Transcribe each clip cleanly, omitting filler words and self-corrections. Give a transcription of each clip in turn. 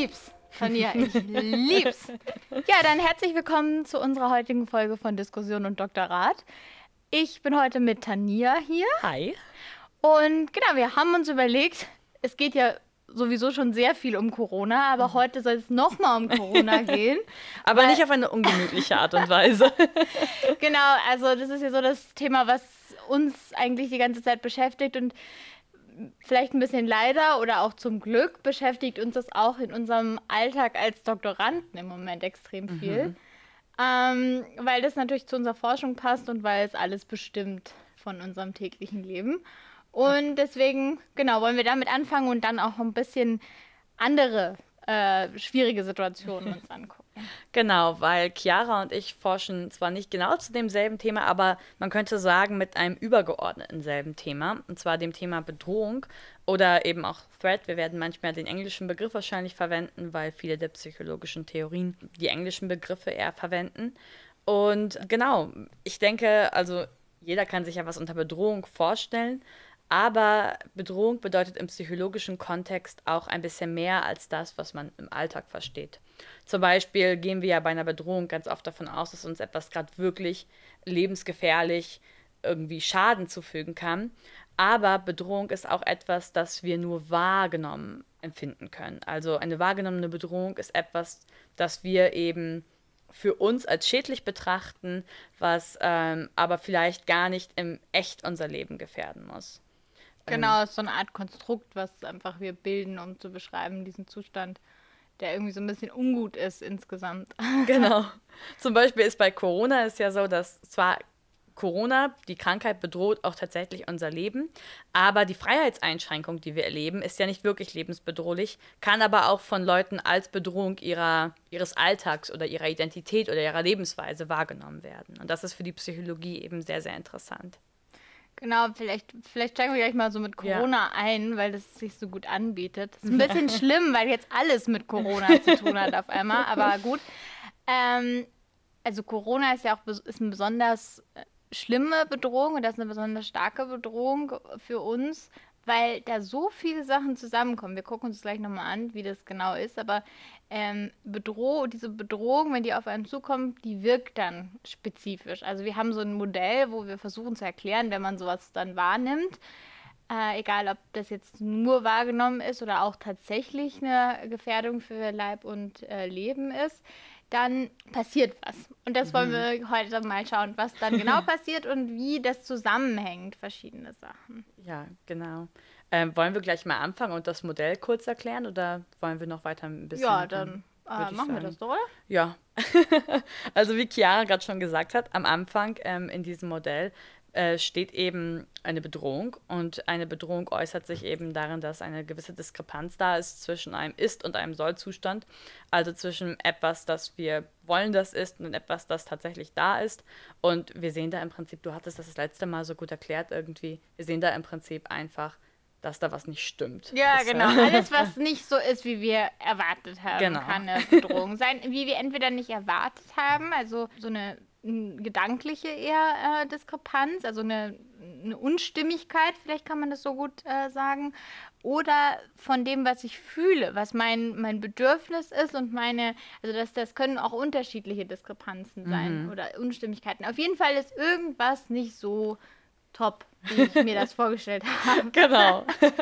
lieb's. Tanja, ich lieb's. Ja, dann herzlich willkommen zu unserer heutigen Folge von Diskussion und Doktorat. Ich bin heute mit Tanja hier. Hi. Und genau, wir haben uns überlegt, es geht ja sowieso schon sehr viel um Corona, aber heute soll es nochmal um Corona gehen. Aber nicht auf eine ungemütliche Art und Weise. Genau, also das ist ja so das Thema, was uns eigentlich die ganze Zeit beschäftigt und vielleicht ein bisschen leider oder auch zum Glück beschäftigt uns das auch in unserem Alltag als Doktoranden im Moment extrem viel, weil das natürlich zu unserer Forschung passt und weil es alles bestimmt von unserem täglichen Leben. Und deswegen, genau, wollen wir damit anfangen und dann auch ein bisschen andere schwierige Situationen uns angucken. Genau, weil Chiara und ich forschen zwar nicht genau zu demselben Thema, aber man könnte sagen mit einem übergeordneten selben Thema, und zwar dem Thema Bedrohung oder eben auch Threat. Wir werden manchmal den englischen Begriff wahrscheinlich verwenden, weil viele der psychologischen Theorien die englischen Begriffe eher verwenden. Und genau, ich denke, also jeder kann sich ja was unter Bedrohung vorstellen. Aber Bedrohung bedeutet im psychologischen Kontext auch ein bisschen mehr als das, was man im Alltag versteht. Zum Beispiel gehen wir ja bei einer Bedrohung ganz oft davon aus, dass uns etwas gerade wirklich lebensgefährlich irgendwie Schaden zufügen kann. Aber Bedrohung ist auch etwas, das wir nur wahrgenommen empfinden können. Also eine wahrgenommene Bedrohung ist etwas, das wir eben für uns als schädlich betrachten, was aber vielleicht gar nicht im Echt unser Leben gefährden muss. Genau, es ist so eine Art Konstrukt, was einfach wir bilden, um zu beschreiben, diesen Zustand, der irgendwie so ein bisschen ungut ist insgesamt. Genau. Zum Beispiel ist bei Corona es ja so, dass zwar Corona, die Krankheit, bedroht auch tatsächlich unser Leben, aber die Freiheitseinschränkung, die wir erleben, ist ja nicht wirklich lebensbedrohlich, kann aber auch von Leuten als Bedrohung ihres Alltags oder ihrer Identität oder ihrer Lebensweise wahrgenommen werden. Und das ist für die Psychologie eben sehr, sehr interessant. Genau, vielleicht steigen wir gleich mal so mit Corona ein, weil das sich so gut anbietet. Das ist ein bisschen schlimm, weil jetzt alles mit Corona zu tun hat auf einmal, aber gut. Also Corona ist ja auch ist eine besonders schlimme Bedrohung und das ist eine besonders starke Bedrohung für uns, weil da so viele Sachen zusammenkommen. Wir gucken uns gleich nochmal an, wie das genau ist, aber diese Bedrohung, wenn die auf einen zukommt, die wirkt dann spezifisch. Also wir haben so ein Modell, wo wir versuchen zu erklären, wenn man sowas dann wahrnimmt, egal ob das jetzt nur wahrgenommen ist oder auch tatsächlich eine Gefährdung für Leib und Leben ist, dann passiert was. Und das wollen wir heute mal schauen, was dann genau passiert und wie das zusammenhängt, verschiedene Sachen. Ja, genau. Wollen wir gleich mal anfangen und das Modell kurz erklären oder wollen wir noch weiter ein bisschen? Ja, dann machen wir das doch, oder? Ja. Also wie Chiara gerade schon gesagt hat, am Anfang in diesem Modell steht eben eine Bedrohung und eine Bedrohung äußert sich eben darin, dass eine gewisse Diskrepanz da ist zwischen einem Ist- und einem Soll-Zustand, also zwischen etwas, das wir wollen, das ist und etwas, das tatsächlich da ist. Und wir sehen da im Prinzip, du hattest das letzte Mal so gut erklärt irgendwie, wir sehen da im Prinzip einfach, dass da was nicht stimmt. Ja, genau. Alles, was nicht so ist, wie wir erwartet haben, Genau. kann eine Bedrohung sein. Wie wir entweder nicht erwartet haben, also so eine gedankliche eher Diskrepanz, also eine Unstimmigkeit, vielleicht kann man das so gut sagen, oder von dem, was ich fühle, was mein Bedürfnis ist und also das können auch unterschiedliche Diskrepanzen sein oder Unstimmigkeiten. Auf jeden Fall ist irgendwas nicht so top, wie ich mir das vorgestellt habe. Genau.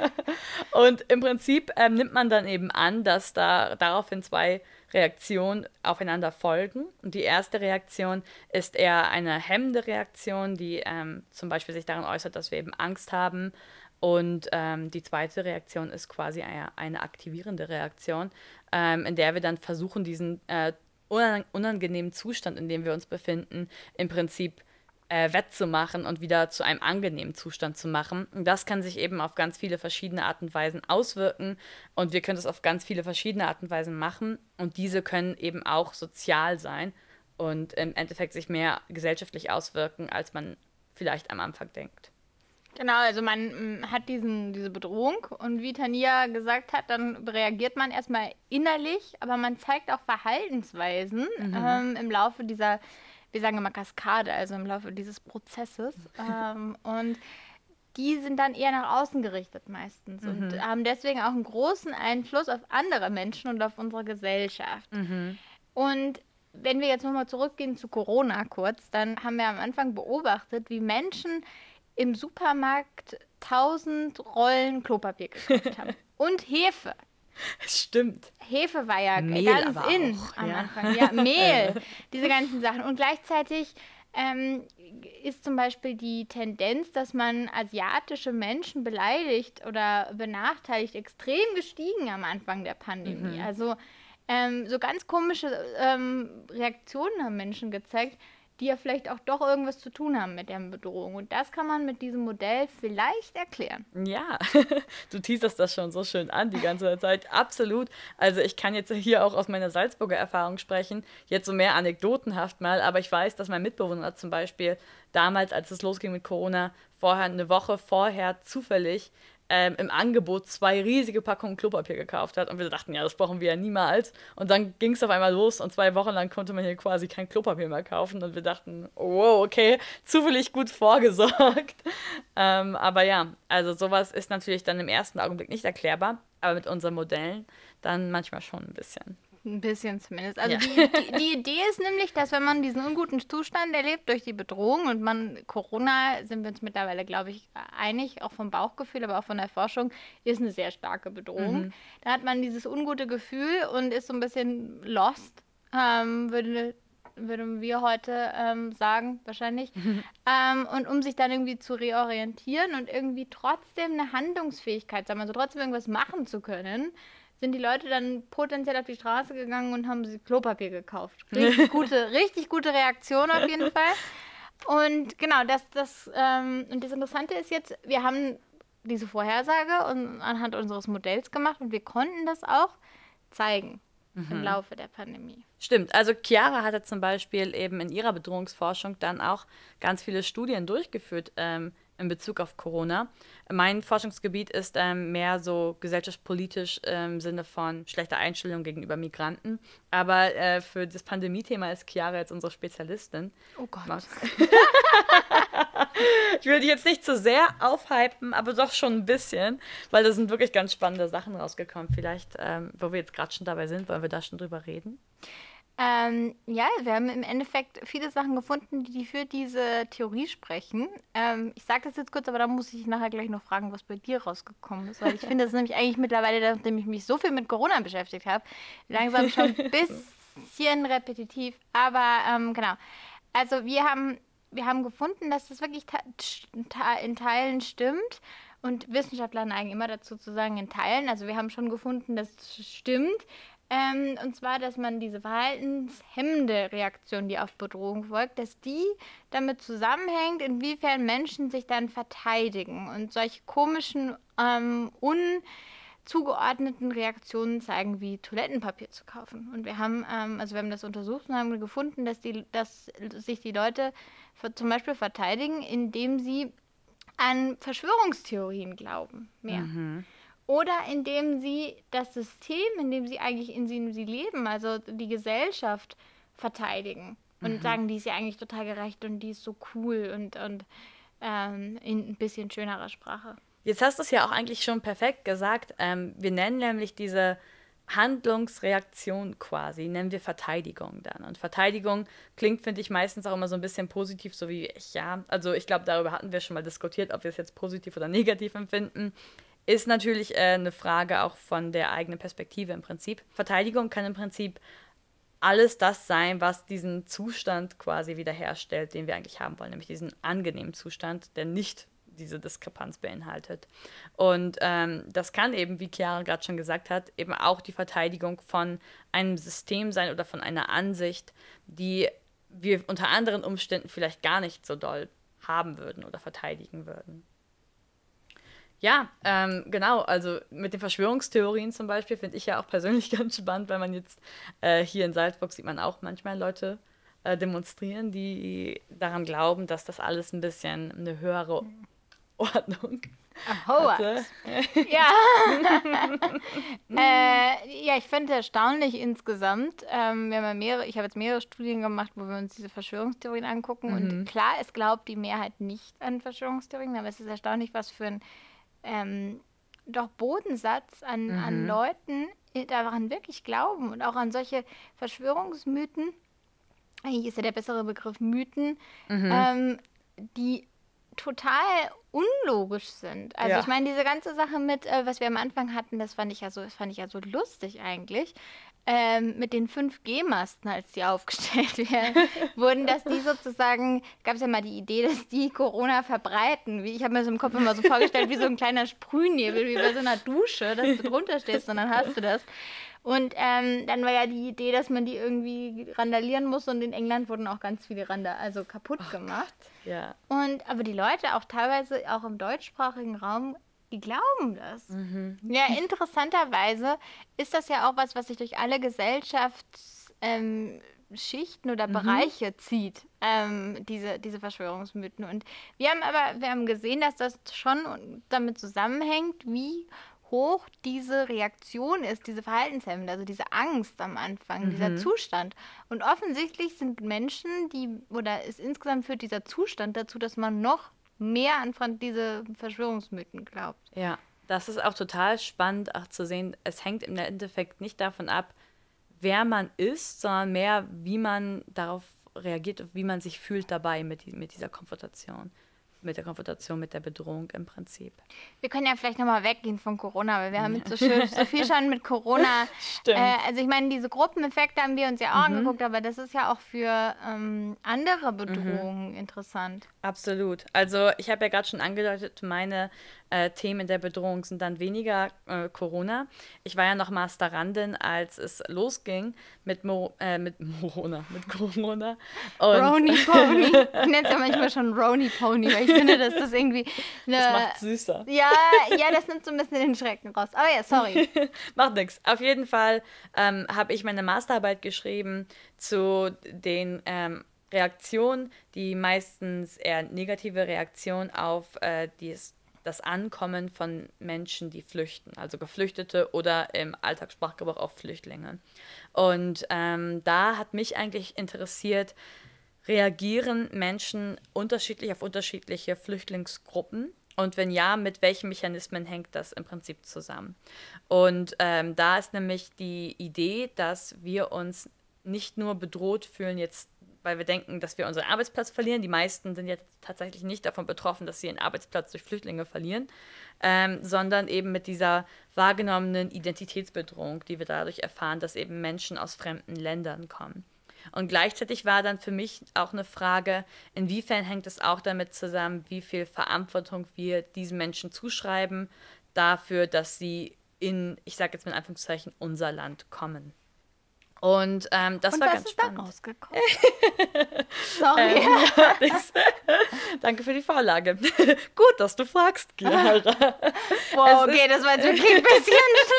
Und im Prinzip nimmt man dann eben an, dass daraufhin zwei Reaktionen aufeinander folgen. Und die erste Reaktion ist eher eine hemmende Reaktion, die zum Beispiel sich darin äußert, dass wir eben Angst haben. Und die zweite Reaktion ist quasi eine aktivierende Reaktion, in der wir dann versuchen, diesen unangenehmen Zustand, in dem wir uns befinden, im Prinzip wettzumachen und wieder zu einem angenehmen Zustand zu machen. Und das kann sich eben auf ganz viele verschiedene Arten und Weisen auswirken und wir können das auf ganz viele verschiedene Arten und Weisen machen und diese können eben auch sozial sein und im Endeffekt sich mehr gesellschaftlich auswirken, als man vielleicht am Anfang denkt. Genau, also man hat diese Bedrohung und wie Tanja gesagt hat, dann reagiert man erstmal innerlich, aber man zeigt auch Verhaltensweisen im Laufe wir sagen immer Kaskade, also im Laufe dieses Prozesses. Und die sind dann eher nach außen gerichtet meistens und haben deswegen auch einen großen Einfluss auf andere Menschen und auf unsere Gesellschaft. Und wenn wir jetzt nochmal zurückgehen zu Corona kurz, dann haben wir am Anfang beobachtet, wie Menschen im Supermarkt 1000 Rollen Klopapier gekauft haben. Und Hefe. Stimmt. Hefe war ja Mehl ganz aber in auch, am ja. Anfang. Ja, Mehl, diese ganzen Sachen. Und gleichzeitig ist zum Beispiel die Tendenz, dass man asiatische Menschen beleidigt oder benachteiligt, extrem gestiegen am Anfang der Pandemie. Also so ganz komische Reaktionen haben Menschen gezeigt, die ja vielleicht auch doch irgendwas zu tun haben mit der Bedrohung. Und das kann man mit diesem Modell vielleicht erklären. Ja, du teaserst das schon so schön an die ganze Zeit. Absolut. Also ich kann jetzt hier auch aus meiner Salzburger Erfahrung sprechen, jetzt so mehr anekdotenhaft mal, aber ich weiß, dass mein Mitbewohner zum Beispiel damals, als es losging mit Corona, eine Woche vorher zufällig im Angebot 2 riesige Packungen Klopapier gekauft hat und wir dachten, ja, das brauchen wir ja niemals. Und dann ging es auf einmal los und 2 Wochen lang konnte man hier quasi kein Klopapier mehr kaufen und wir dachten, wow, okay, zufällig gut vorgesorgt. Aber ja, also sowas ist natürlich dann im ersten Augenblick nicht erklärbar, aber mit unseren Modellen dann manchmal schon ein bisschen. Ein bisschen zumindest. Also Ja. die Idee ist nämlich, dass wenn man diesen unguten Zustand erlebt durch die Bedrohung und Corona, sind wir uns mittlerweile, glaube ich, einig, auch vom Bauchgefühl, aber auch von der Forschung, ist eine sehr starke Bedrohung. Da hat man dieses ungute Gefühl und ist so ein bisschen lost, würden wir heute sagen, wahrscheinlich. Und um sich dann irgendwie zu reorientieren und irgendwie trotzdem eine Handlungsfähigkeit, sagen wir so, trotzdem irgendwas machen zu können, sind die Leute dann potenziell auf die Straße gegangen und haben sich Klopapier gekauft. Richtig gute Reaktion auf jeden Fall. Und genau, und das Interessante ist jetzt, wir haben diese Vorhersage anhand unseres Modells gemacht und wir konnten das auch zeigen im Laufe der Pandemie. Stimmt, also Chiara hatte zum Beispiel eben in ihrer Bedrohungsforschung dann auch ganz viele Studien durchgeführt in Bezug auf Corona. Mein Forschungsgebiet ist mehr so gesellschaftspolitisch im Sinne von schlechter Einstellung gegenüber Migranten. Aber für das Pandemie-Thema ist Chiara jetzt unsere Spezialistin. Oh Gott. Ich will dich jetzt nicht zu sehr aufhypen, aber doch schon ein bisschen, weil da sind wirklich ganz spannende Sachen rausgekommen. Vielleicht, wo wir jetzt gerade schon dabei sind, wollen wir da schon drüber reden? Ja, wir haben im Endeffekt viele Sachen gefunden, die für diese Theorie sprechen. Ich sage das jetzt kurz, aber da muss ich nachher gleich noch fragen, was bei dir rausgekommen ist. Weil ich finde das nämlich eigentlich mittlerweile, nachdem ich mich so viel mit Corona beschäftigt habe, langsam schon ein bisschen repetitiv. Aber genau. Also wir haben gefunden, dass das wirklich in Teilen stimmt. Und Wissenschaftler neigen immer dazu zu sagen, in Teilen. Also wir haben schon gefunden, dass es stimmt. Und zwar, dass man diese verhaltenshemmende Reaktion, die auf Bedrohung folgt, dass die damit zusammenhängt, inwiefern Menschen sich dann verteidigen und solche komischen, unzugeordneten Reaktionen zeigen, wie Toilettenpapier zu kaufen. Und wir haben das untersucht und haben gefunden, dass sich die Leute zum Beispiel verteidigen, indem sie an Verschwörungstheorien glauben. Mehr. Oder indem sie das System, in dem sie leben, also die Gesellschaft, verteidigen. Und sagen, die ist ja eigentlich total gerecht und die ist so cool und in ein bisschen schönerer Sprache. Jetzt hast du es ja auch eigentlich schon perfekt gesagt. Wir nennen nämlich diese Handlungsreaktion quasi, nennen wir Verteidigung dann. Und Verteidigung klingt, finde ich, meistens auch immer so ein bisschen positiv, so wie also ich glaube, darüber hatten wir schon mal diskutiert, ob wir es jetzt positiv oder negativ empfinden. Ist natürlich eine Frage auch von der eigenen Perspektive im Prinzip. Verteidigung kann im Prinzip alles das sein, was diesen Zustand quasi wiederherstellt, den wir eigentlich haben wollen, nämlich diesen angenehmen Zustand, der nicht diese Diskrepanz beinhaltet. Und das kann eben, wie Chiara gerade schon gesagt hat, eben auch die Verteidigung von einem System sein oder von einer Ansicht, die wir unter anderen Umständen vielleicht gar nicht so doll haben würden oder verteidigen würden. Ja, genau, also mit den Verschwörungstheorien zum Beispiel finde ich ja auch persönlich ganz spannend, weil man jetzt hier in Salzburg sieht man auch manchmal Leute demonstrieren, die daran glauben, dass das alles ein bisschen eine höhere Ordnung A Hoax. Ja. Ja, ich finde es erstaunlich insgesamt. Wir haben ich habe jetzt mehrere Studien gemacht, wo wir uns diese Verschwörungstheorien angucken. Und klar, es glaubt die Mehrheit nicht an Verschwörungstheorien, aber es ist erstaunlich, was für ein doch Bodensatz an Leuten daran wirklich glauben und auch an solche Verschwörungsmythen. Eigentlich ist ja der bessere Begriff Mythen, die total unlogisch sind. Also ich meine, diese ganze Sache mit, was wir am Anfang hatten, das fand ich ja so lustig eigentlich. Mit den 5G-Masten, als die aufgestellt wurden, dass die sozusagen, gab es ja mal die Idee, dass die Corona verbreiten. Ich habe mir das im Kopf immer so vorgestellt, wie so ein kleiner Sprühnebel, wie bei so einer Dusche, dass du drunter stehst und dann hast du das. Und dann war ja die Idee, dass man die irgendwie randalieren muss und in England wurden auch ganz viele kaputt gemacht. Ja. Aber die Leute auch teilweise auch im deutschsprachigen Raum, die glauben das. Ja, interessanterweise ist das ja auch was sich durch alle Gesellschaftsschichten oder Bereiche zieht, diese Verschwörungsmythen. Und wir haben gesehen, dass das schon damit zusammenhängt, wie hoch diese Reaktion ist, diese Verhaltenshemmung, also diese Angst am Anfang, dieser Zustand. Und offensichtlich sind Menschen, ist insgesamt führt dieser Zustand dazu, dass man noch mehr an diese Verschwörungsmythen glaubt. Ja, das ist auch total spannend, auch zu sehen, es hängt im Endeffekt nicht davon ab, wer man ist, sondern mehr, wie man darauf reagiert und wie man sich fühlt dabei mit dieser Konfrontation. Mit der Konfrontation, mit der Bedrohung im Prinzip. Wir können ja vielleicht nochmal weggehen von Corona, weil wir haben jetzt so viel schon mit Corona. Stimmt. Also ich meine, diese Gruppeneffekte haben wir uns ja auch angeguckt, aber das ist ja auch für andere Bedrohungen interessant. Absolut. Also ich habe ja gerade schon angedeutet, meine Themen der Bedrohung sind dann weniger Corona. Ich war ja noch Masterandin, als es losging mit Corona. Und Roni Pony. Ich nenne es ja manchmal schon Roni Pony, weil ich finde, dass das irgendwie das macht süßer. Ja, das nimmt so ein bisschen den Schrecken raus. Aber ja, sorry. Macht nichts. Auf jeden Fall habe ich meine Masterarbeit geschrieben zu den Reaktionen, die meistens eher negative Reaktionen auf das Ankommen von Menschen, die flüchten, also Geflüchtete oder im Alltagssprachgebrauch auch Flüchtlinge. Und da hat mich eigentlich interessiert, reagieren Menschen unterschiedlich auf unterschiedliche Flüchtlingsgruppen? Und wenn ja, mit welchen Mechanismen hängt das im Prinzip zusammen? Und da ist nämlich die Idee, dass wir uns nicht nur bedroht fühlen jetzt, weil wir denken, dass wir unseren Arbeitsplatz verlieren. Die meisten sind jetzt tatsächlich nicht davon betroffen, dass sie ihren Arbeitsplatz durch Flüchtlinge verlieren, sondern eben mit dieser wahrgenommenen Identitätsbedrohung, die wir dadurch erfahren, dass eben Menschen aus fremden Ländern kommen. Und gleichzeitig war dann für mich auch eine Frage, inwiefern hängt es auch damit zusammen, wie viel Verantwortung wir diesen Menschen zuschreiben dafür, dass sie ich sage jetzt mit Anführungszeichen, unser Land kommen. Und das war ganz spannend. Und was ist da rausgekommen? Sorry. Danke für die Vorlage. Gut, dass du fragst, Chiara. Wow, okay, das war jetzt wirklich ein bisschen...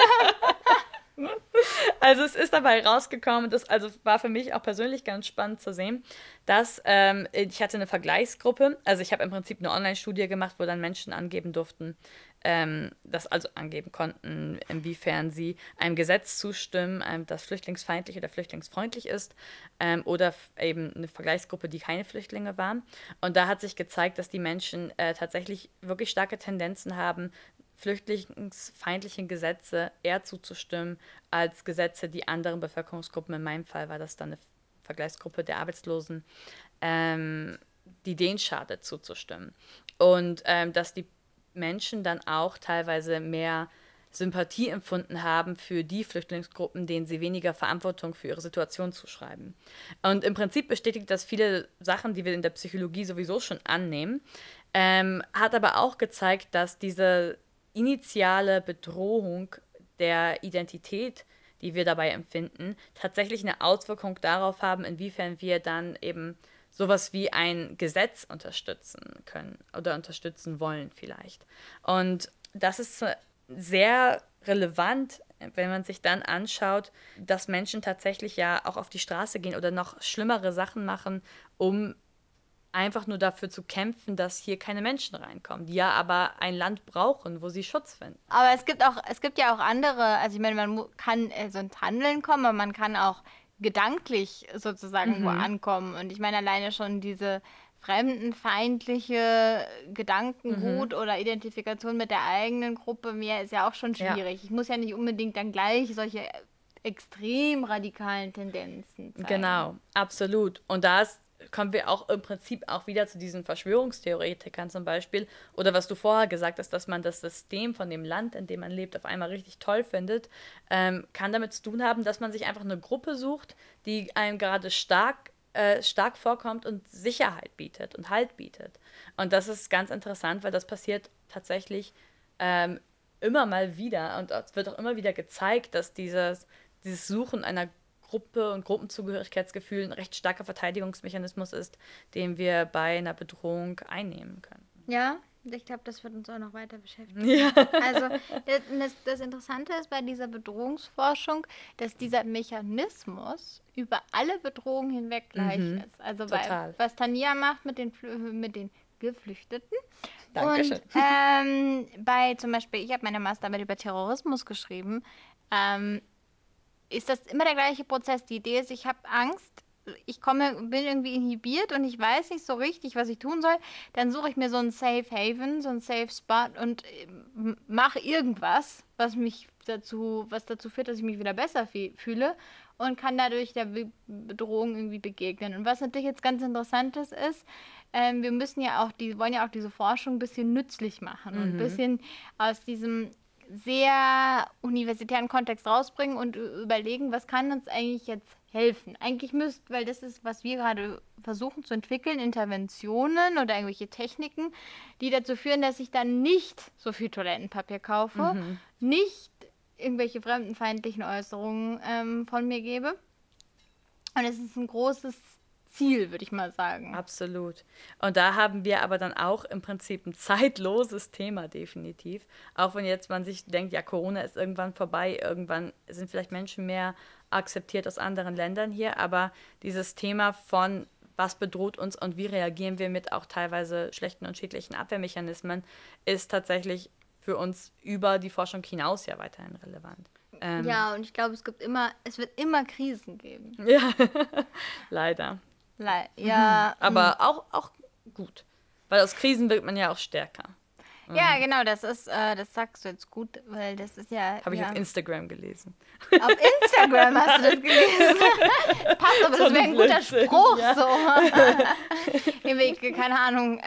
Also es ist dabei rausgekommen, war für mich auch persönlich ganz spannend zu sehen, dass ich hatte eine Vergleichsgruppe, also ich habe im Prinzip eine Online-Studie gemacht, wo dann Menschen angeben durften, angeben konnten, inwiefern sie einem Gesetz zustimmen, das flüchtlingsfeindlich oder flüchtlingsfreundlich ist, oder eben eine Vergleichsgruppe, die keine Flüchtlinge waren. Und da hat sich gezeigt, dass die Menschen tatsächlich wirklich starke Tendenzen haben, flüchtlingsfeindlichen Gesetze eher zuzustimmen als Gesetze, die anderen Bevölkerungsgruppen, in meinem Fall war das dann eine Vergleichsgruppe der Arbeitslosen, die denen schadet, zuzustimmen. Und dass die Menschen dann auch teilweise mehr Sympathie empfunden haben für die Flüchtlingsgruppen, denen sie weniger Verantwortung für ihre Situation zuschreiben. Und im Prinzip bestätigt das viele Sachen, die wir in der Psychologie sowieso schon annehmen, hat aber auch gezeigt, dass diese initiale Bedrohung der Identität, die wir dabei empfinden, tatsächlich eine Auswirkung darauf haben, inwiefern wir dann eben sowas wie ein Gesetz unterstützen können oder unterstützen wollen vielleicht. Und das ist sehr relevant, wenn man sich dann anschaut, dass Menschen tatsächlich ja auch auf die Straße gehen oder noch schlimmere Sachen machen, um einfach nur dafür zu kämpfen, dass hier keine Menschen reinkommen, die ja aber ein Land brauchen, wo sie Schutz finden. Aber es gibt ja auch andere, also ich meine, kann so ins Handeln kommen, aber man kann auch gedanklich sozusagen wo ankommen. Und ich meine, alleine schon diese fremdenfeindliche Gedankengut oder Identifikation mit der eigenen Gruppe, mehr ist ja auch schon schwierig. Ich muss ja nicht unbedingt dann gleich solche extrem radikalen Tendenzen zeigen. Genau, absolut. Und kommen wir auch im Prinzip auch wieder zu diesen Verschwörungstheoretikern zum Beispiel. Oder was du vorher gesagt hast, dass man das System von dem Land, in dem man lebt, auf einmal richtig toll findet, kann damit zu tun haben, dass man sich einfach eine Gruppe sucht, die einem gerade stark vorkommt und Sicherheit bietet und Halt bietet. Und das ist ganz interessant, weil das passiert tatsächlich immer mal wieder. Und es wird auch immer wieder gezeigt, dass dieses Suchen einer Gruppe und Gruppenzugehörigkeitsgefühl ein recht starker Verteidigungsmechanismus ist, den wir bei einer Bedrohung einnehmen können. Ja, ich glaube, das wird uns auch noch weiter beschäftigen. Ja. Also das Interessante ist bei dieser Bedrohungsforschung, dass dieser Mechanismus über alle Bedrohungen hinweg gleich ist. Also was Tanja macht mit den Geflüchteten. Dankeschön. Und bei zum Beispiel, ich habe meine Masterarbeit über Terrorismus geschrieben, ist das immer der gleiche Prozess. Die Idee ist, ich habe Angst, bin irgendwie inhibiert und ich weiß nicht so richtig, was ich tun soll. Dann suche ich mir so einen Safe Haven, so einen Safe Spot und mache irgendwas, was dazu führt, dass ich mich wieder besser fühle und kann dadurch der Bedrohung irgendwie begegnen. Und was natürlich jetzt ganz Interessantes ist, wir wollen ja auch diese Forschung ein bisschen nützlich machen und ein bisschen aus diesem sehr universitären Kontext rausbringen und überlegen, was kann uns eigentlich jetzt helfen. Eigentlich weil das ist, was wir gerade versuchen zu entwickeln, Interventionen oder irgendwelche Techniken, die dazu führen, dass ich dann nicht so viel Toilettenpapier kaufe, nicht irgendwelche fremdenfeindlichen Äußerungen von mir gebe. Und es ist ein großes Ziel, würde ich mal sagen. Absolut. Und da haben wir aber dann auch im Prinzip ein zeitloses Thema definitiv. Auch wenn jetzt man sich denkt, ja, Corona ist irgendwann vorbei, irgendwann sind vielleicht Menschen mehr akzeptiert aus anderen Ländern hier, aber dieses Thema von was bedroht uns und wie reagieren wir mit auch teilweise schlechten und schädlichen Abwehrmechanismen, ist tatsächlich für uns über die Forschung hinaus ja weiterhin relevant. Ja, und ich glaube, es wird immer Krisen geben. Ja, leider. Ja. Aber auch gut. Weil aus Krisen wird man ja auch stärker. Ja, genau, das sagst du jetzt gut, weil das ist ja... Habe ich auf Instagram gelesen. Auf Instagram hast du das gelesen? Das passt, aber das wäre ein guter Spruch, ja. So. Irgendwie, keine Ahnung,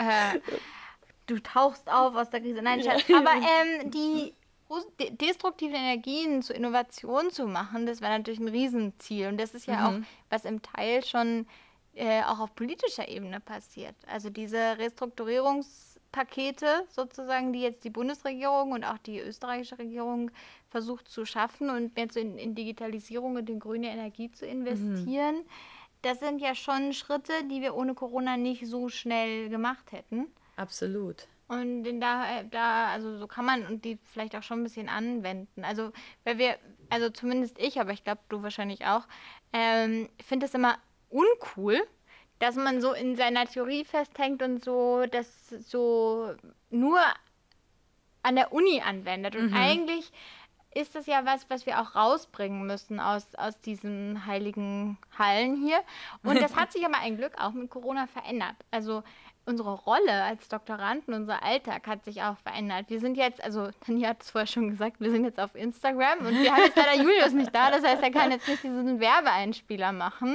du tauchst auf aus der Krise. Nein, Schatz. Aber die destruktiven Energien zu Innovation zu machen, das wäre natürlich ein Riesenziel. Und das ist ja auch, was im Teil schon auch auf politischer Ebene passiert. Also diese Restrukturierungspakete sozusagen, die jetzt die Bundesregierung und auch die österreichische Regierung versucht zu schaffen und mehr in Digitalisierung und in grüne Energie zu investieren, das sind ja schon Schritte, die wir ohne Corona nicht so schnell gemacht hätten. Absolut. Und also so kann man und die vielleicht auch schon ein bisschen anwenden. Also, also zumindest ich, aber ich glaube, du wahrscheinlich auch, finde es immer uncool, dass man so in seiner Theorie festhängt und so das so nur an der Uni anwendet. Und eigentlich ist das ja was wir auch rausbringen müssen aus diesen heiligen Hallen hier. Und das hat sich aber ein Glück auch mit Corona verändert. Also unsere Rolle als Doktoranden, unser Alltag hat sich auch verändert. Wir sind jetzt, also Tanja hat es vorher schon gesagt, wir sind jetzt auf Instagram und wir haben jetzt leider Julius nicht da, das heißt, er kann jetzt nicht diesen Werbeeinspieler machen.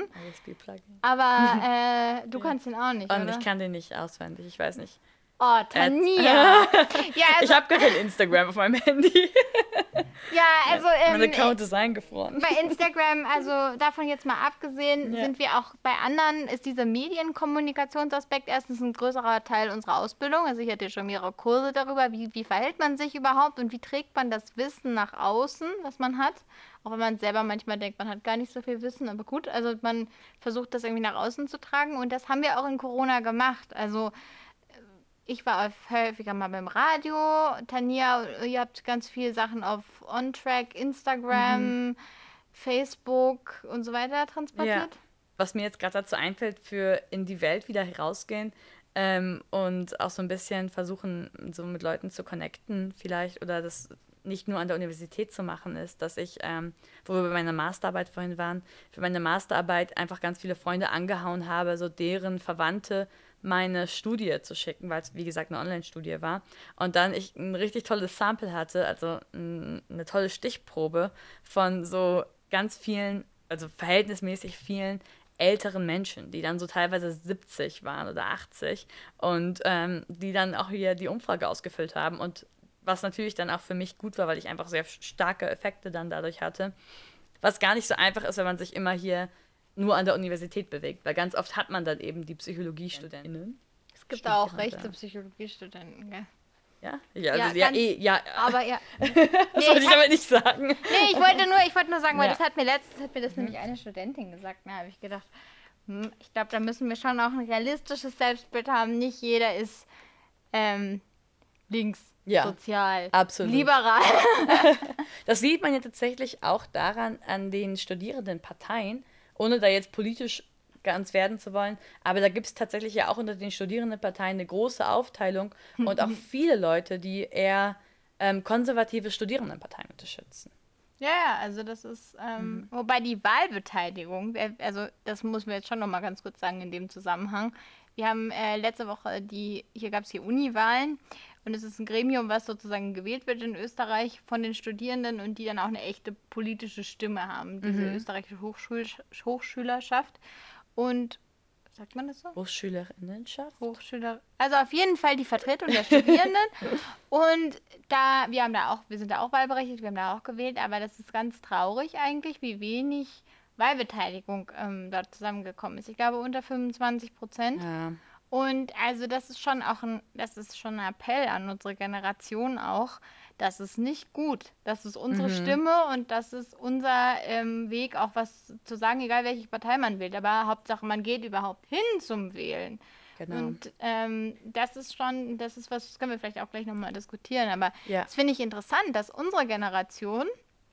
Aber du kannst ihn auch nicht, und oder? Ich kann den nicht auswendig, ich weiß nicht. Oh, Tanja! Ja, also, ich habe gar kein Instagram auf meinem Handy. Ja, also... mein Account ist eingefroren. Bei Instagram, also davon jetzt mal abgesehen, sind wir auch bei anderen, ist dieser Medienkommunikationsaspekt erstens ein größerer Teil unserer Ausbildung. Also ich hatte schon mehrere Kurse darüber, wie verhält man sich überhaupt und wie trägt man das Wissen nach außen, was man hat. Auch wenn man selber manchmal denkt, man hat gar nicht so viel Wissen, aber gut, also man versucht das irgendwie nach außen zu tragen und das haben wir auch in Corona gemacht. Also ich war häufiger mal beim Radio. Tanja, ihr habt ganz viele Sachen auf OnTrack, Instagram, Facebook und so weiter transportiert. Ja. was mir jetzt gerade dazu einfällt, für in die Welt wieder herausgehen und auch so ein bisschen versuchen, so mit Leuten zu connecten vielleicht oder das nicht nur an der Universität zu machen ist, dass ich, wo wir bei meiner Masterarbeit vorhin waren, für meine Masterarbeit einfach ganz viele Freunde angehauen habe, so deren Verwandte meine Studie zu schicken, weil es, wie gesagt, eine Online-Studie war. Und dann ich ein richtig tolles Sample hatte, also eine tolle Stichprobe von so ganz vielen, also verhältnismäßig vielen älteren Menschen, die dann so teilweise 70 waren oder 80 und die dann auch hier die Umfrage ausgefüllt haben und was natürlich dann auch für mich gut war, weil ich einfach sehr starke Effekte dann dadurch hatte. Was gar nicht so einfach ist, wenn man sich immer hier nur an der Universität bewegt, weil ganz oft hat man dann eben die PsychologiestudentInnen. Es gibt da auch rechte Psychologiestudenten, gell? Ja? Ja. Aber ja. Das wollte ich damit nicht sagen. Nee, ich wollte nur sagen, weil das hat mir das nämlich eine Studentin gesagt. Da habe ich gedacht, ich glaube, da müssen wir schon auch ein realistisches Selbstbild haben. Nicht jeder ist links. Ja, sozial, absolut. liberal. Das sieht man ja tatsächlich auch daran an den Studierendenparteien, ohne da jetzt politisch ganz werden zu wollen, aber da gibt es tatsächlich ja auch unter den Studierendenparteien eine große Aufteilung und auch viele Leute, die eher konservative Studierendenparteien unterstützen. Ja, also das ist, wobei die Wahlbeteiligung, also das muss man jetzt schon nochmal ganz kurz sagen in dem Zusammenhang. Wir haben letzte Woche hier gab es hier Uniwahlen und es ist ein Gremium, was sozusagen gewählt wird in Österreich von den Studierenden und die dann auch eine echte politische Stimme haben, diese österreichische Hochschülerschaft. Und, sagt man das so? Hochschülerinnenschaft? Also auf jeden Fall die Vertretung der Studierenden. Und wir sind da auch wahlberechtigt, wir haben da auch gewählt, aber das ist ganz traurig eigentlich, wie wenig Wahlbeteiligung da zusammengekommen ist. Ich glaube unter 25%. Ja. Und also das ist schon ein Appell an unsere Generation auch. Das ist nicht gut. Das ist unsere Stimme und das ist unser Weg, auch was zu sagen, egal welche Partei man wählt. Aber Hauptsache, man geht überhaupt hin zum Wählen. Genau. Und das ist was, das können wir vielleicht auch gleich nochmal diskutieren. Aber das finde ich interessant, dass unsere Generation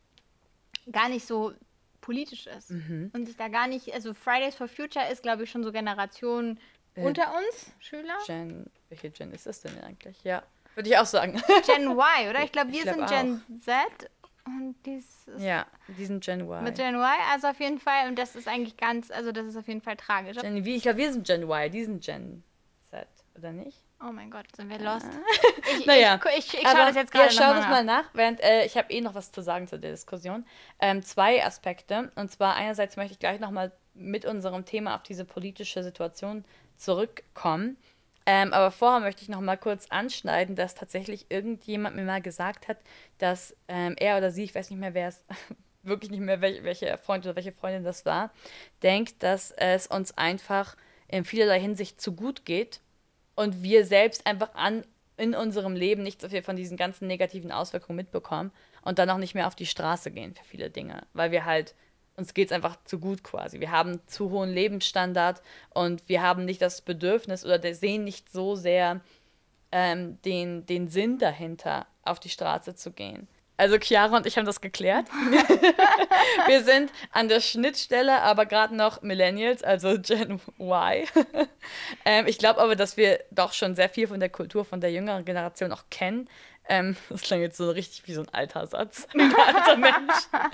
gar nicht so politisch ist. Und sich da gar nicht, also Fridays for Future ist, glaube ich, schon so Generation unter uns, Schüler. Welche Gen ist das denn eigentlich? Ja, würde ich auch sagen. Gen Y, oder? Ich glaube, wir sind Gen Z und die sind Gen Y. Mit Gen Y, also auf jeden Fall, und das ist eigentlich das ist auf jeden Fall tragisch. Ich glaube, wir sind Gen Y, die sind Gen Z, oder nicht? Oh mein Gott, sind wir lost. Ich schaue das jetzt gerade schau das mal nach, während ich habe noch was zu sagen zu der Diskussion. 2 Aspekte, und zwar einerseits möchte ich gleich nochmal mit unserem Thema auf diese politische Situation zurückkommen. Aber vorher möchte ich noch mal kurz anschneiden, dass tatsächlich irgendjemand mir mal gesagt hat, dass er oder sie, ich weiß nicht mehr, wer es, wirklich nicht mehr, welcher Freund oder welche Freundin das war, denkt, dass es uns einfach in vielerlei Hinsicht zu gut geht und wir selbst einfach in unserem Leben nicht so viel von diesen ganzen negativen Auswirkungen mitbekommen und dann auch nicht mehr auf die Straße gehen für viele Dinge, weil wir halt uns geht es einfach zu gut quasi. Wir haben zu hohen Lebensstandard und wir haben nicht das Bedürfnis oder sehen nicht so sehr den Sinn dahinter, auf die Straße zu gehen. Also Chiara und ich haben das geklärt. Wir sind an der Schnittstelle, aber gerade noch Millennials, also Gen Y. Ich glaube aber, dass wir doch schon sehr viel von der Kultur von der jüngeren Generation auch kennen. Das klang jetzt so richtig wie so ein alter Satz. Ein alter Mensch.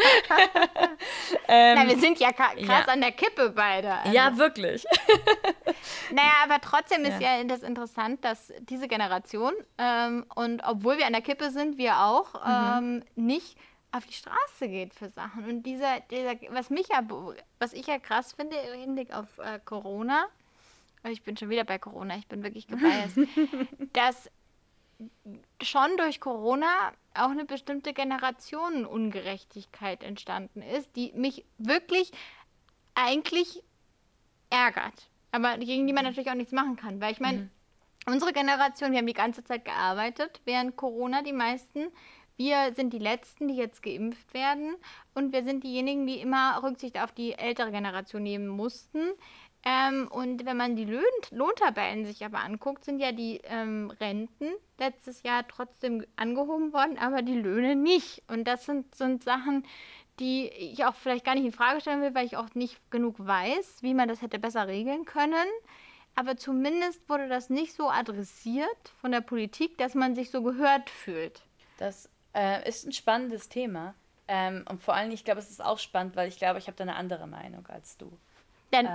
Na, wir sind ja krass an der Kippe beide. Also. Ja, wirklich. Naja, aber trotzdem ist ja das interessant, dass diese Generation, und obwohl wir an der Kippe sind, wir auch, nicht auf die Straße geht für Sachen. Und was ich ja krass finde im Hinblick auf Corona, ich bin schon wieder bei Corona, ich bin wirklich gebiased, dass schon durch Corona auch eine bestimmte Generationenungerechtigkeit entstanden ist, die mich wirklich eigentlich ärgert. Aber gegen die man natürlich auch nichts machen kann. Weil ich meine, unsere Generation, wir haben die ganze Zeit gearbeitet während Corona, die meisten. Wir sind die Letzten, die jetzt geimpft werden. Und wir sind diejenigen, die immer Rücksicht auf die ältere Generation nehmen mussten. Und wenn man die Lohntabellen sich aber anguckt, sind ja die Renten letztes Jahr trotzdem angehoben worden, aber die Löhne nicht. Und das sind Sachen, die ich auch vielleicht gar nicht in Frage stellen will, weil ich auch nicht genug weiß, wie man das hätte besser regeln können. Aber zumindest wurde das nicht so adressiert von der Politik, dass man sich so gehört fühlt. Das ist ein spannendes Thema. Und vor allem, ich glaube, es ist auch spannend, weil ich glaube, ich habe da eine andere Meinung als du. Dann,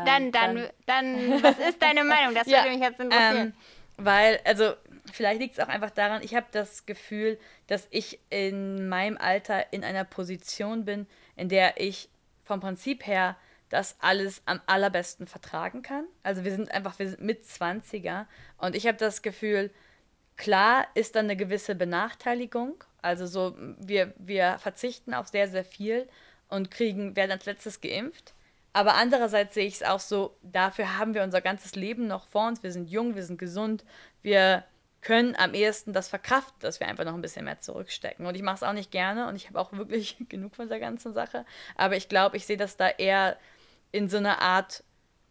was ist deine Meinung? Das würde mich jetzt interessieren. Weil, also, vielleicht liegt es auch einfach daran, ich habe das Gefühl, dass ich in meinem Alter in einer Position bin, in der ich vom Prinzip her das alles am allerbesten vertragen kann. Also wir sind mit 20er und ich habe das Gefühl, klar ist dann eine gewisse Benachteiligung. Also so, wir verzichten auf sehr, sehr viel und werden als letztes geimpft. Aber andererseits sehe ich es auch so, dafür haben wir unser ganzes Leben noch vor uns. Wir sind jung, wir sind gesund. Wir können am ehesten das verkraften, dass wir einfach noch ein bisschen mehr zurückstecken. Und ich mache es auch nicht gerne und ich habe auch wirklich genug von der ganzen Sache. Aber ich glaube, ich sehe das da eher in so einer Art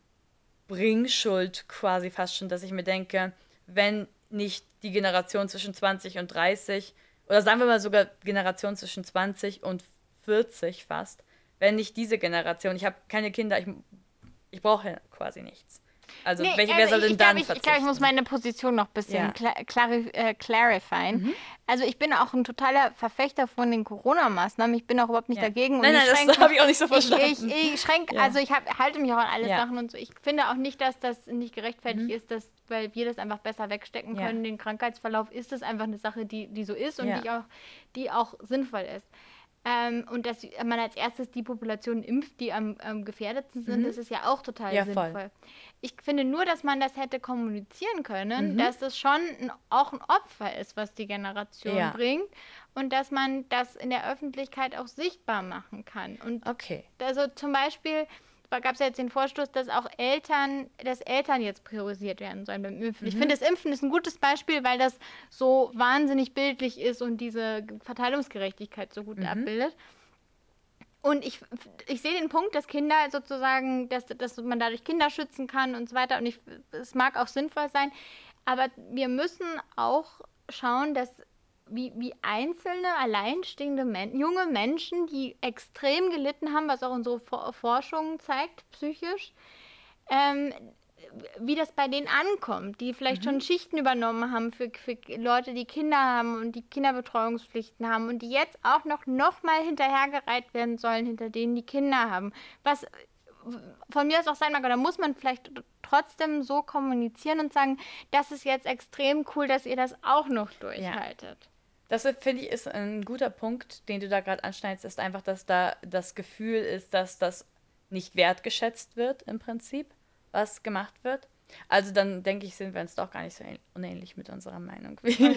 Bringschuld quasi fast schon, dass ich mir denke, wenn nicht die Generation zwischen 20 und 30, oder sagen wir mal sogar Generation zwischen 20 und 40 fast, wenn nicht diese Generation, ich habe keine Kinder, ich brauche ja quasi nichts. Also wer soll denn dann verzichten? Ich glaube, ich muss meine Position noch ein bisschen clarifieren. Mhm. Also ich bin auch ein totaler Verfechter von den Corona-Maßnahmen. Ich bin auch überhaupt nicht dagegen. Nein, das habe ich auch nicht so verstanden. Ich schränke, also ich halte mich auch an alle Sachen und so. Ich finde auch nicht, dass das nicht gerechtfertigt ist, weil wir das einfach besser wegstecken können. Den Krankheitsverlauf ist es einfach eine Sache, die so ist und die auch sinnvoll ist. Und dass man als erstes die Population impft, die am gefährdetsten sind, das ist ja auch total sinnvoll. Voll. Ich finde nur, dass man das hätte kommunizieren können, dass das schon auch ein Opfer ist, was die Generation bringt und dass man das in der Öffentlichkeit auch sichtbar machen kann. Und also zum Beispiel gab es ja jetzt den Vorstoß, dass auch Eltern jetzt priorisiert werden sollen beim Impfen. Ich finde, das Impfen ist ein gutes Beispiel, weil das so wahnsinnig bildlich ist und diese Verteilungsgerechtigkeit so gut abbildet. Und ich sehe den Punkt, dass Kinder sozusagen, dass man dadurch Kinder schützen kann und so weiter. Und es mag auch sinnvoll sein, aber wir müssen auch schauen, dass wie einzelne, alleinstehende junge Menschen, die extrem gelitten haben, was auch unsere Forschung zeigt, psychisch, wie das bei denen ankommt, die vielleicht schon Schichten übernommen haben für Leute, die Kinder haben und die Kinderbetreuungspflichten haben und die jetzt auch noch mal hinterhergereiht werden sollen, hinter denen die Kinder haben. Was von mir aus auch sein mag, oder muss man vielleicht trotzdem so kommunizieren und sagen, das ist jetzt extrem cool, dass ihr das auch noch durchhaltet. Ja. Das, finde ich, ist ein guter Punkt, den du da gerade anschneidest, ist einfach, dass da das Gefühl ist, dass das nicht wertgeschätzt wird im Prinzip, was gemacht wird. Also dann denke ich, sind wir uns doch gar nicht so unähnlich mit unserer Meinung, wie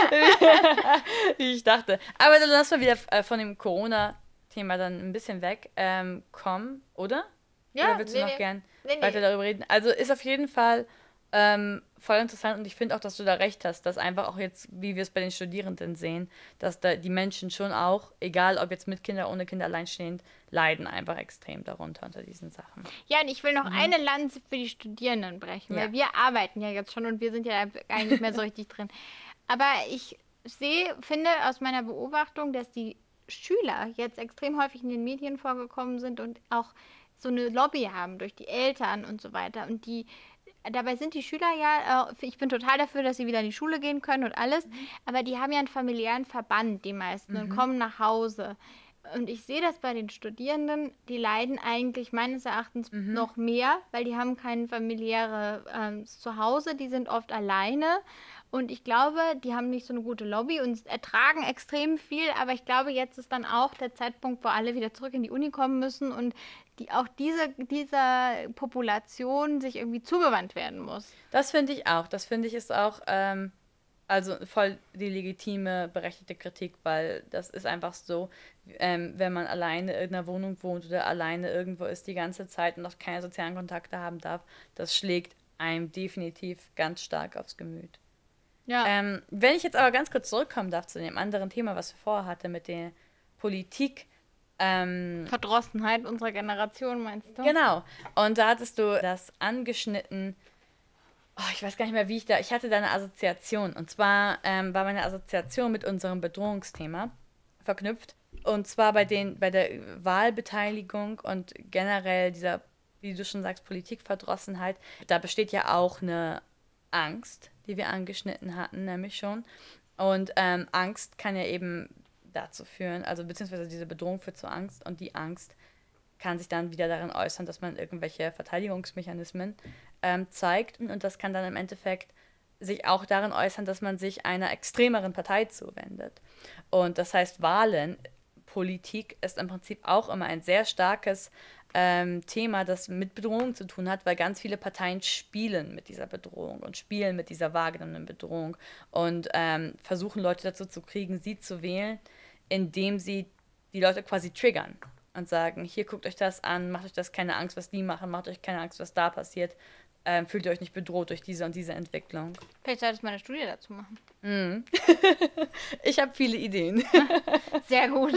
ich dachte. Aber dann lass mal wieder von dem Corona-Thema dann ein bisschen wegkommen, oder? Ja, oder willst du noch gern weiter darüber reden? Also ist auf jeden Fall voll interessant und ich finde auch, dass du da recht hast, dass einfach auch jetzt, wie wir es bei den Studierenden sehen, dass da die Menschen schon auch, egal ob jetzt mit Kindern, ohne Kinder, alleinstehend, leiden einfach extrem darunter unter diesen Sachen. Ja, und ich will noch eine Lanze für die Studierenden brechen, weil wir arbeiten ja jetzt schon und wir sind ja eigentlich nicht mehr so richtig drin. Aber ich finde aus meiner Beobachtung, dass die Schüler jetzt extrem häufig in den Medien vorgekommen sind und auch so eine Lobby haben durch die Eltern und so weiter und dabei sind die Schüler ich bin total dafür, dass sie wieder in die Schule gehen können und alles, aber die haben ja einen familiären Verband, die meisten, und kommen nach Hause. Und ich sehe das bei den Studierenden, die leiden eigentlich meines Erachtens noch mehr, weil die haben kein familiäres Zuhause, die sind oft alleine. Und ich glaube, die haben nicht so eine gute Lobby und ertragen extrem viel, aber ich glaube, jetzt ist dann auch der Zeitpunkt, wo alle wieder zurück in die Uni kommen müssen und auch dieser Population sich irgendwie zugewandt werden muss. Das finde ich auch. Das finde ich ist auch also voll die legitime, berechtigte Kritik, weil das ist einfach so, wenn man alleine in einer Wohnung wohnt oder alleine irgendwo ist die ganze Zeit und noch keine sozialen Kontakte haben darf, das schlägt einem definitiv ganz stark aufs Gemüt. Ja. Wenn ich jetzt aber ganz kurz zurückkommen darf zu dem anderen Thema, was wir vorher hatten mit der Politik. Verdrossenheit unserer Generation, meinst du? Genau. Und da hattest du das angeschnitten. Ich weiß gar nicht mehr, ich hatte da eine Assoziation. Und zwar war meine Assoziation mit unserem Bedrohungsthema verknüpft. Und zwar bei der Wahlbeteiligung und generell dieser, wie du schon sagst, Politikverdrossenheit. Da besteht ja auch eine Angst, die wir angeschnitten hatten, nämlich schon. Und Angst kann ja eben dazu führen, also beziehungsweise diese Bedrohung führt zu Angst und die Angst kann sich dann wieder darin äußern, dass man irgendwelche Verteidigungsmechanismen zeigt und das kann dann im Endeffekt sich auch darin äußern, dass man sich einer extremeren Partei zuwendet. Und das heißt, Wahlen, Politik ist im Prinzip auch immer ein sehr starkes Thema, das mit Bedrohung zu tun hat, weil ganz viele Parteien spielen mit dieser Bedrohung und spielen mit dieser wahrgenommenen Bedrohung und versuchen Leute dazu zu kriegen, sie zu wählen, indem sie die Leute quasi triggern und sagen, hier guckt euch das an, macht euch das keine Angst, was die machen, macht euch keine Angst, was da passiert, fühlt ihr euch nicht bedroht durch diese und diese Entwicklung. Vielleicht solltest du mal eine Studie dazu machen. Mm. Ich habe viele Ideen. Sehr gut.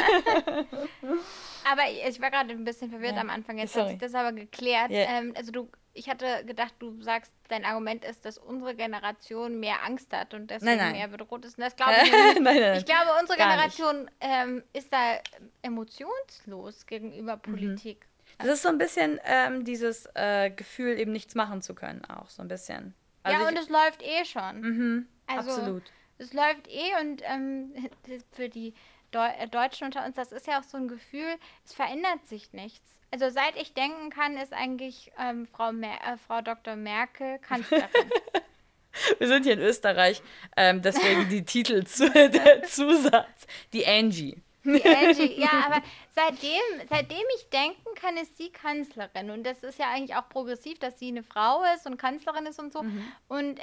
Aber ich war gerade ein bisschen verwirrt am Anfang. Jetzt hat sich das aber geklärt. Yeah. Ich hatte gedacht, du sagst, dein Argument ist, dass unsere Generation mehr Angst hat und deswegen mehr bedroht ist. Und das glaube ich nicht. Nein. Ich glaube, unsere Generation ist da emotionslos gegenüber Politik. Das ist so ein bisschen dieses Gefühl, eben nichts machen zu können, auch so ein bisschen. Also und es läuft eh schon. Also, absolut. Es läuft und für die Deutschen unter uns, das ist ja auch so ein Gefühl, es verändert sich nichts. Also seit ich denken kann, ist eigentlich Frau Dr. Merkel Kanzlerin. Wir sind hier in Österreich, deswegen der Zusatz, die Angie. Die Angie, ja, aber seitdem ich denken kann, ist sie Kanzlerin. Und das ist ja eigentlich auch progressiv, dass sie eine Frau ist und Kanzlerin ist und so. Und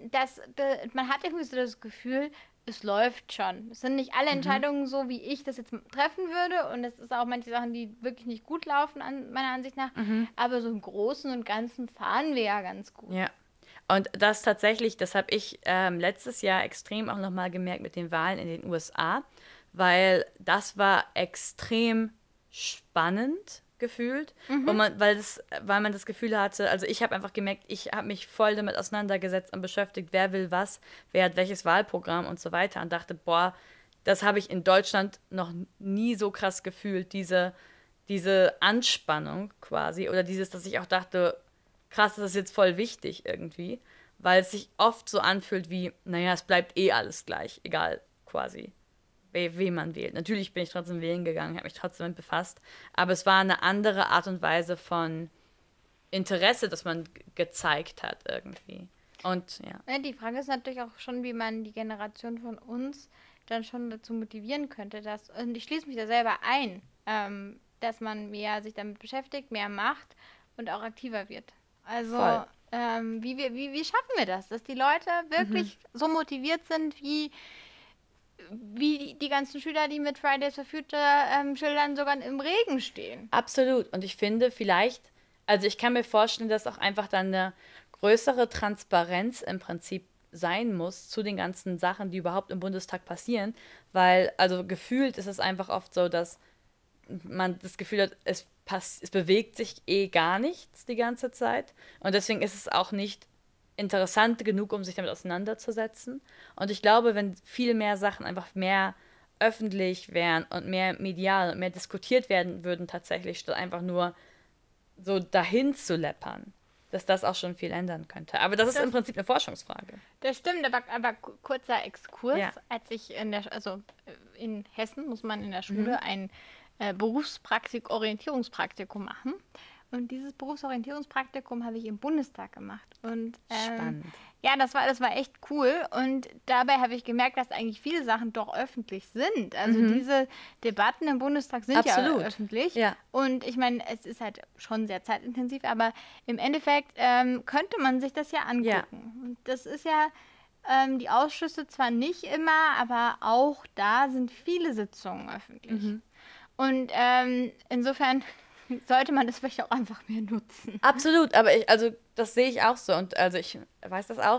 man hat irgendwie so das Gefühl, es läuft schon. Es sind nicht alle Entscheidungen so, wie ich das jetzt treffen würde. Und es ist auch manche Sachen, die wirklich nicht gut laufen, meiner Ansicht nach. Aber so im Großen und Ganzen fahren wir ja ganz gut. Ja. Und das tatsächlich, das habe ich letztes Jahr extrem auch nochmal gemerkt mit den Wahlen in den USA, weil das war extrem spannend gefühlt, weil man das Gefühl hatte, also ich habe einfach gemerkt, ich habe mich voll damit auseinandergesetzt und beschäftigt, wer will was, wer hat welches Wahlprogramm und so weiter und dachte, boah, das habe ich in Deutschland noch nie so krass gefühlt, diese Anspannung quasi oder dass ich auch dachte, krass, das ist jetzt voll wichtig irgendwie, weil es sich oft so anfühlt wie, naja, es bleibt eh alles gleich, egal quasi, wen man wählt. Natürlich bin ich trotzdem wählen gegangen, habe mich trotzdem damit befasst, aber es war eine andere Art und Weise von Interesse, das man gezeigt hat irgendwie. Und ja. Die Frage ist natürlich auch schon, wie man die Generation von uns dann schon dazu motivieren könnte, und ich schließe mich da selber ein, dass man mehr sich damit beschäftigt, mehr macht und auch aktiver wird. Also wie schaffen wir das, dass die Leute wirklich so motiviert sind, wie die ganzen Schüler, die mit Fridays for Future Schildern sogar im Regen stehen. Absolut. Und ich finde vielleicht, also ich kann mir vorstellen, dass auch einfach dann eine größere Transparenz im Prinzip sein muss zu den ganzen Sachen, die überhaupt im Bundestag passieren, weil, also gefühlt ist es einfach oft so, dass man das Gefühl hat, es bewegt sich eh gar nichts die ganze Zeit und deswegen ist es auch nicht interessant genug, um sich damit auseinanderzusetzen. Und ich glaube, wenn viel mehr Sachen einfach mehr öffentlich wären und mehr medial und mehr diskutiert werden würden tatsächlich, statt einfach nur so dahin zu läppern, dass das auch schon viel ändern könnte. Aber das ist im Prinzip eine Forschungsfrage. Das stimmt, aber kurzer Exkurs. Ja. Als ich in Hessen muss man in der Schule ein Orientierungspraktikum machen. Und dieses Berufsorientierungspraktikum habe ich im Bundestag gemacht. Und spannend. Ja, das war echt cool. Und dabei habe ich gemerkt, dass eigentlich viele Sachen doch öffentlich sind. Also diese Debatten im Bundestag sind ja öffentlich. Ja. Und ich meine, es ist halt schon sehr zeitintensiv, aber im Endeffekt könnte man sich das ja angucken. Ja. Und das ist ja die Ausschüsse zwar nicht immer, aber auch da sind viele Sitzungen öffentlich. Und insofern sollte man das vielleicht auch einfach mehr nutzen. Absolut, aber das sehe ich auch so und also ich weiß das auch.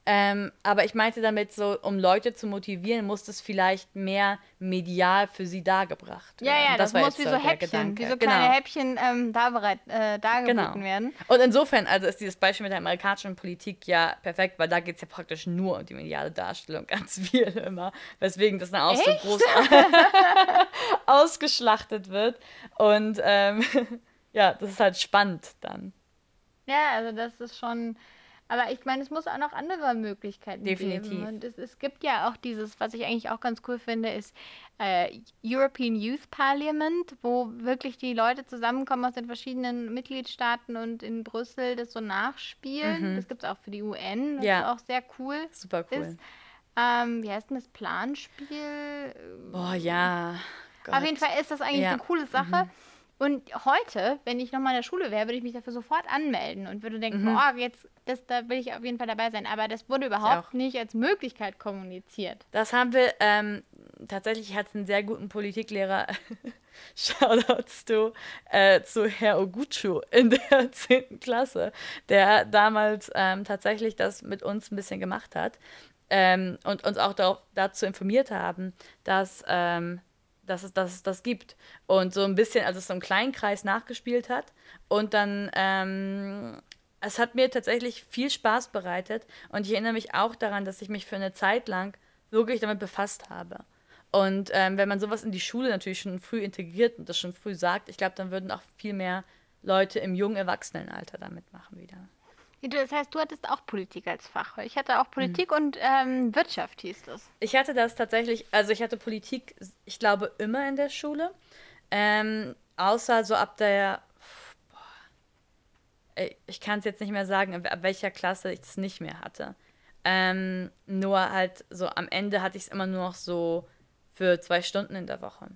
Aber ich meinte damit so, um Leute zu motivieren, muss es vielleicht mehr medial für sie dargebracht werden. Ja, das war muss jetzt wie so Häppchen, wie so kleine Häppchen dargeboten werden. Und insofern, also ist dieses Beispiel mit der amerikanischen Politik ja perfekt, weil da geht es ja praktisch nur um die mediale Darstellung, ganz viel immer, weswegen das dann auch so groß ausgeschlachtet wird. Und ja, das ist halt spannend dann. Ja, also das ist schon... Aber ich meine, es muss auch noch andere Möglichkeiten Definitiv. geben. Und es gibt ja auch dieses, was ich eigentlich auch ganz cool finde, ist European Youth Parliament, wo wirklich die Leute zusammenkommen aus den verschiedenen Mitgliedstaaten und in Brüssel das so nachspielen. Das gibt es auch für die UN, was auch sehr cool Super cool. ist. Wie heißt denn das? Planspiel? Boah, ja. Gott. Auf jeden Fall ist das eigentlich eine coole Sache. Und heute, wenn ich nochmal in der Schule wäre, würde ich mich dafür sofort anmelden und würde denken, da will ich auf jeden Fall dabei sein. Aber das wurde überhaupt nicht als Möglichkeit kommuniziert. Das haben wir, tatsächlich hat es einen sehr guten Politiklehrer, Shoutouts zu Herr Oguchu in der 10. Klasse, der damals tatsächlich das mit uns ein bisschen gemacht hat und uns auch dazu informiert haben, dass es das gibt. Und so ein bisschen, also es so im kleinen Kreis nachgespielt hat. Und dann, es hat mir tatsächlich viel Spaß bereitet. Und ich erinnere mich auch daran, dass ich mich für eine Zeit lang wirklich damit befasst habe. Und wenn man sowas in die Schule natürlich schon früh integriert und das schon früh sagt, ich glaube, dann würden auch viel mehr Leute im jungen Erwachsenenalter damit machen wieder. Das heißt, du hattest auch Politik als Fach. Ich hatte auch Politik und Wirtschaft hieß das. Ich hatte das tatsächlich, also ich hatte Politik, ich glaube, immer in der Schule. Außer so ab der, ich kann es jetzt nicht mehr sagen, ab welcher Klasse ich es nicht mehr hatte. Nur halt so am Ende hatte ich es immer nur noch so für 2 Stunden in der Woche.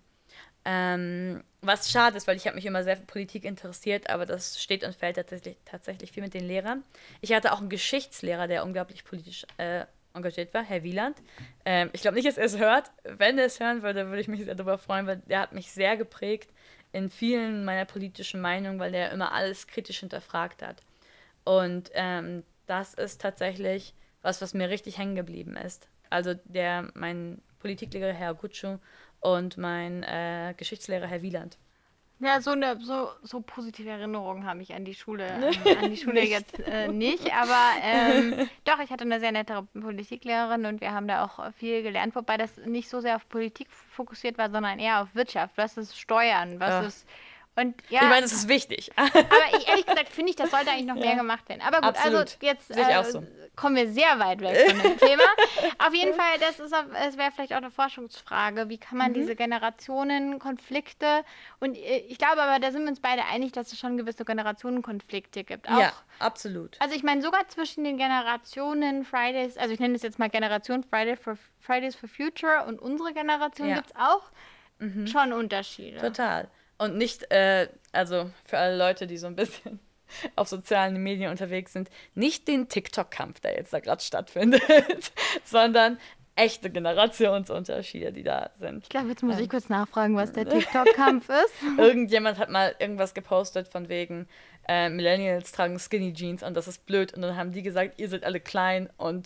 Was schade ist, weil ich habe mich immer sehr für Politik interessiert, aber das steht und fällt tatsächlich viel mit den Lehrern. Ich hatte auch einen Geschichtslehrer, der unglaublich politisch engagiert war, Herr Wieland. Ich glaube nicht, dass er es hört. Wenn er es hören würde, würde ich mich sehr darüber freuen, weil der hat mich sehr geprägt in vielen meiner politischen Meinungen, weil der immer alles kritisch hinterfragt hat. Und das ist tatsächlich was mir richtig hängen geblieben ist. Also mein Politiklehrer, Herr Gutschu, und mein Geschichtslehrer, Herr Wieland. Ja, so positive Erinnerungen habe ich an die Schule, jetzt nicht, aber doch, ich hatte eine sehr nette Politiklehrerin und wir haben da auch viel gelernt, wobei das nicht so sehr auf Politik fokussiert war, sondern eher auf Wirtschaft. Was ist Steuern, ist... Und, ja, ich meine, es ist wichtig. Aber ehrlich gesagt finde ich, das sollte eigentlich noch mehr gemacht werden. Aber gut, absolut. Also jetzt kommen wir sehr weit weg von dem Thema. Auf jeden Fall, es wäre vielleicht auch eine Forschungsfrage. Wie kann man diese Generationenkonflikte, und ich glaube aber, da sind wir uns beide einig, dass es schon gewisse Generationenkonflikte gibt. Auch, ja, absolut. Also ich meine, sogar zwischen den Generationen Fridays, also ich nenne es jetzt mal Generation Fridays for Future und unsere Generation gibt es auch schon Unterschiede. Total. Und nicht, also für alle Leute, die so ein bisschen auf sozialen Medien unterwegs sind, nicht den TikTok-Kampf, der jetzt da gerade stattfindet, sondern echte Generationsunterschiede, die da sind. Ich glaube, jetzt muss ich kurz nachfragen, was der TikTok-Kampf ist. Irgendjemand hat mal irgendwas gepostet von wegen Millennials tragen Skinny Jeans und das ist blöd. Und dann haben die gesagt, ihr seid alle klein und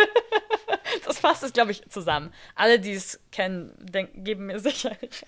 das fasst es, glaube ich, zusammen. Alle, die es kennen, geben mir sicher recht.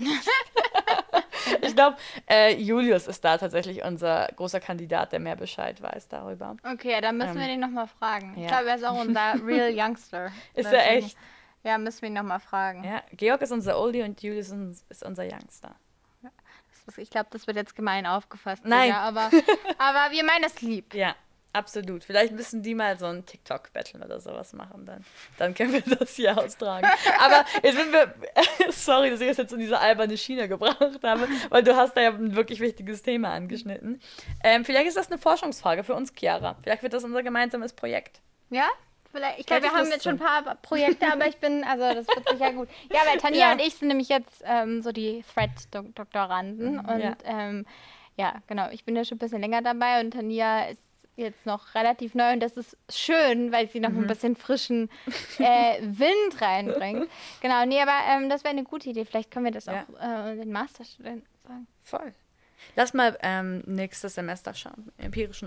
Ich glaube, Julius ist da tatsächlich unser großer Kandidat, der mehr Bescheid weiß darüber. Okay, ja, dann müssen wir den nochmal fragen. Ja. Ich glaube, er ist auch unser Real Youngster. Ist er echt? Ja, müssen wir ihn nochmal fragen. Ja, Georg ist unser Oldie und Julius ist unser Youngster. Ja. Ich glaube, das wird jetzt gemein aufgefasst. Nein. Sogar, aber wir meinen es lieb. Ja. Absolut. Vielleicht müssen die mal so ein TikTok-Battle oder sowas machen. Dann können wir das hier austragen. Aber jetzt sind wir... sorry, dass ich das jetzt in diese alberne Schiene gebracht habe, weil du hast da ja ein wirklich wichtiges Thema angeschnitten. Vielleicht ist das eine Forschungsfrage für uns, Chiara. Vielleicht wird das unser gemeinsames Projekt. Ja? Vielleicht. Ich glaube, wir haben jetzt schon ein paar Projekte, aber das wird sicher gut. Ja, weil Tanja und ich sind nämlich jetzt so die Thread-Doktoranden. Und genau, ich bin ja schon ein bisschen länger dabei und Tanja ist jetzt noch relativ neu und das ist schön, weil sie noch ein bisschen frischen Wind reinbringt. Genau, nee, aber das wäre eine gute Idee. Vielleicht können wir das auch den Masterstudenten sagen. Voll. Lass mal nächstes Semester schauen, empirischen oder so.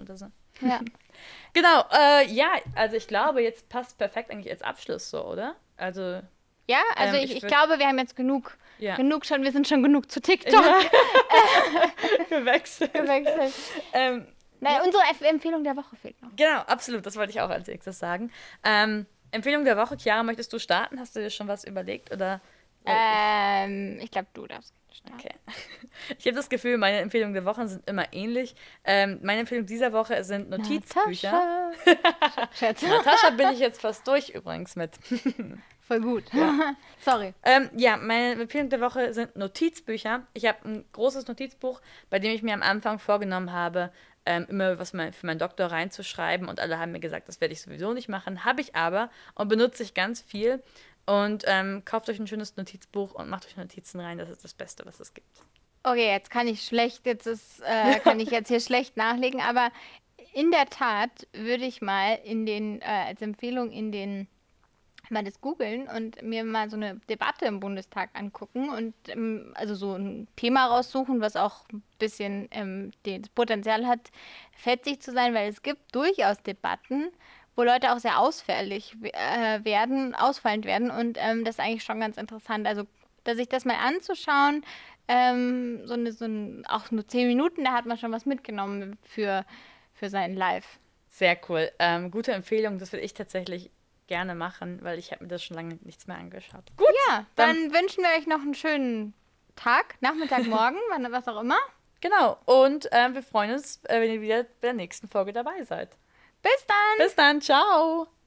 Ja. Genau, ja, also ich glaube, jetzt passt perfekt eigentlich als Abschluss so, oder? Also, Ja, also ich glaube, wir haben jetzt genug ja. schon, wir sind schon genug zu TikTok Ja. gewechselt. Nein, unsere Empfehlung der Woche fehlt noch. Genau, absolut, das wollte ich auch als nächstes sagen. Empfehlung der Woche, Chiara, möchtest du starten? Hast du dir schon was überlegt, oder? Ich glaube, du darfst starten. Okay. Ich habe das Gefühl, meine Empfehlungen der Woche sind immer ähnlich. Meine Empfehlung dieser Woche sind Notizbücher. Natascha bin ich jetzt fast durch übrigens mit. Voll gut. Ja. Sorry. Ja, meine Empfehlung der Woche sind Notizbücher. Ich habe ein großes Notizbuch, bei dem ich mir am Anfang vorgenommen habe, immer was für meinen Doktor reinzuschreiben. Und alle haben mir gesagt, das werde ich sowieso nicht machen. Habe ich aber und benutze ich ganz viel. Und kauft euch ein schönes Notizbuch und macht euch Notizen rein. Das ist das Beste, was es gibt. Okay, jetzt kann ich kann ich jetzt hier schlecht nachlegen, aber in der Tat würde ich mal als Empfehlung mal das googeln und mir mal so eine Debatte im Bundestag angucken und also so ein Thema raussuchen, was auch ein bisschen das Potenzial hat, fetzig zu sein, weil es gibt durchaus Debatten, wo Leute auch sehr ausfallend werden und das ist eigentlich schon ganz interessant. Also, sich das mal anzuschauen, auch nur 10 Minuten, da hat man schon was mitgenommen für sein Live. Sehr cool. Gute Empfehlung, das will ich tatsächlich gerne machen, weil ich habe mir das schon lange nichts mehr angeschaut. Gut, ja, dann wünschen wir euch noch einen schönen Tag, Nachmittag, Morgen, was auch immer. Genau, und wir freuen uns, wenn ihr wieder bei der nächsten Folge dabei seid. Bis dann! Bis dann, ciao!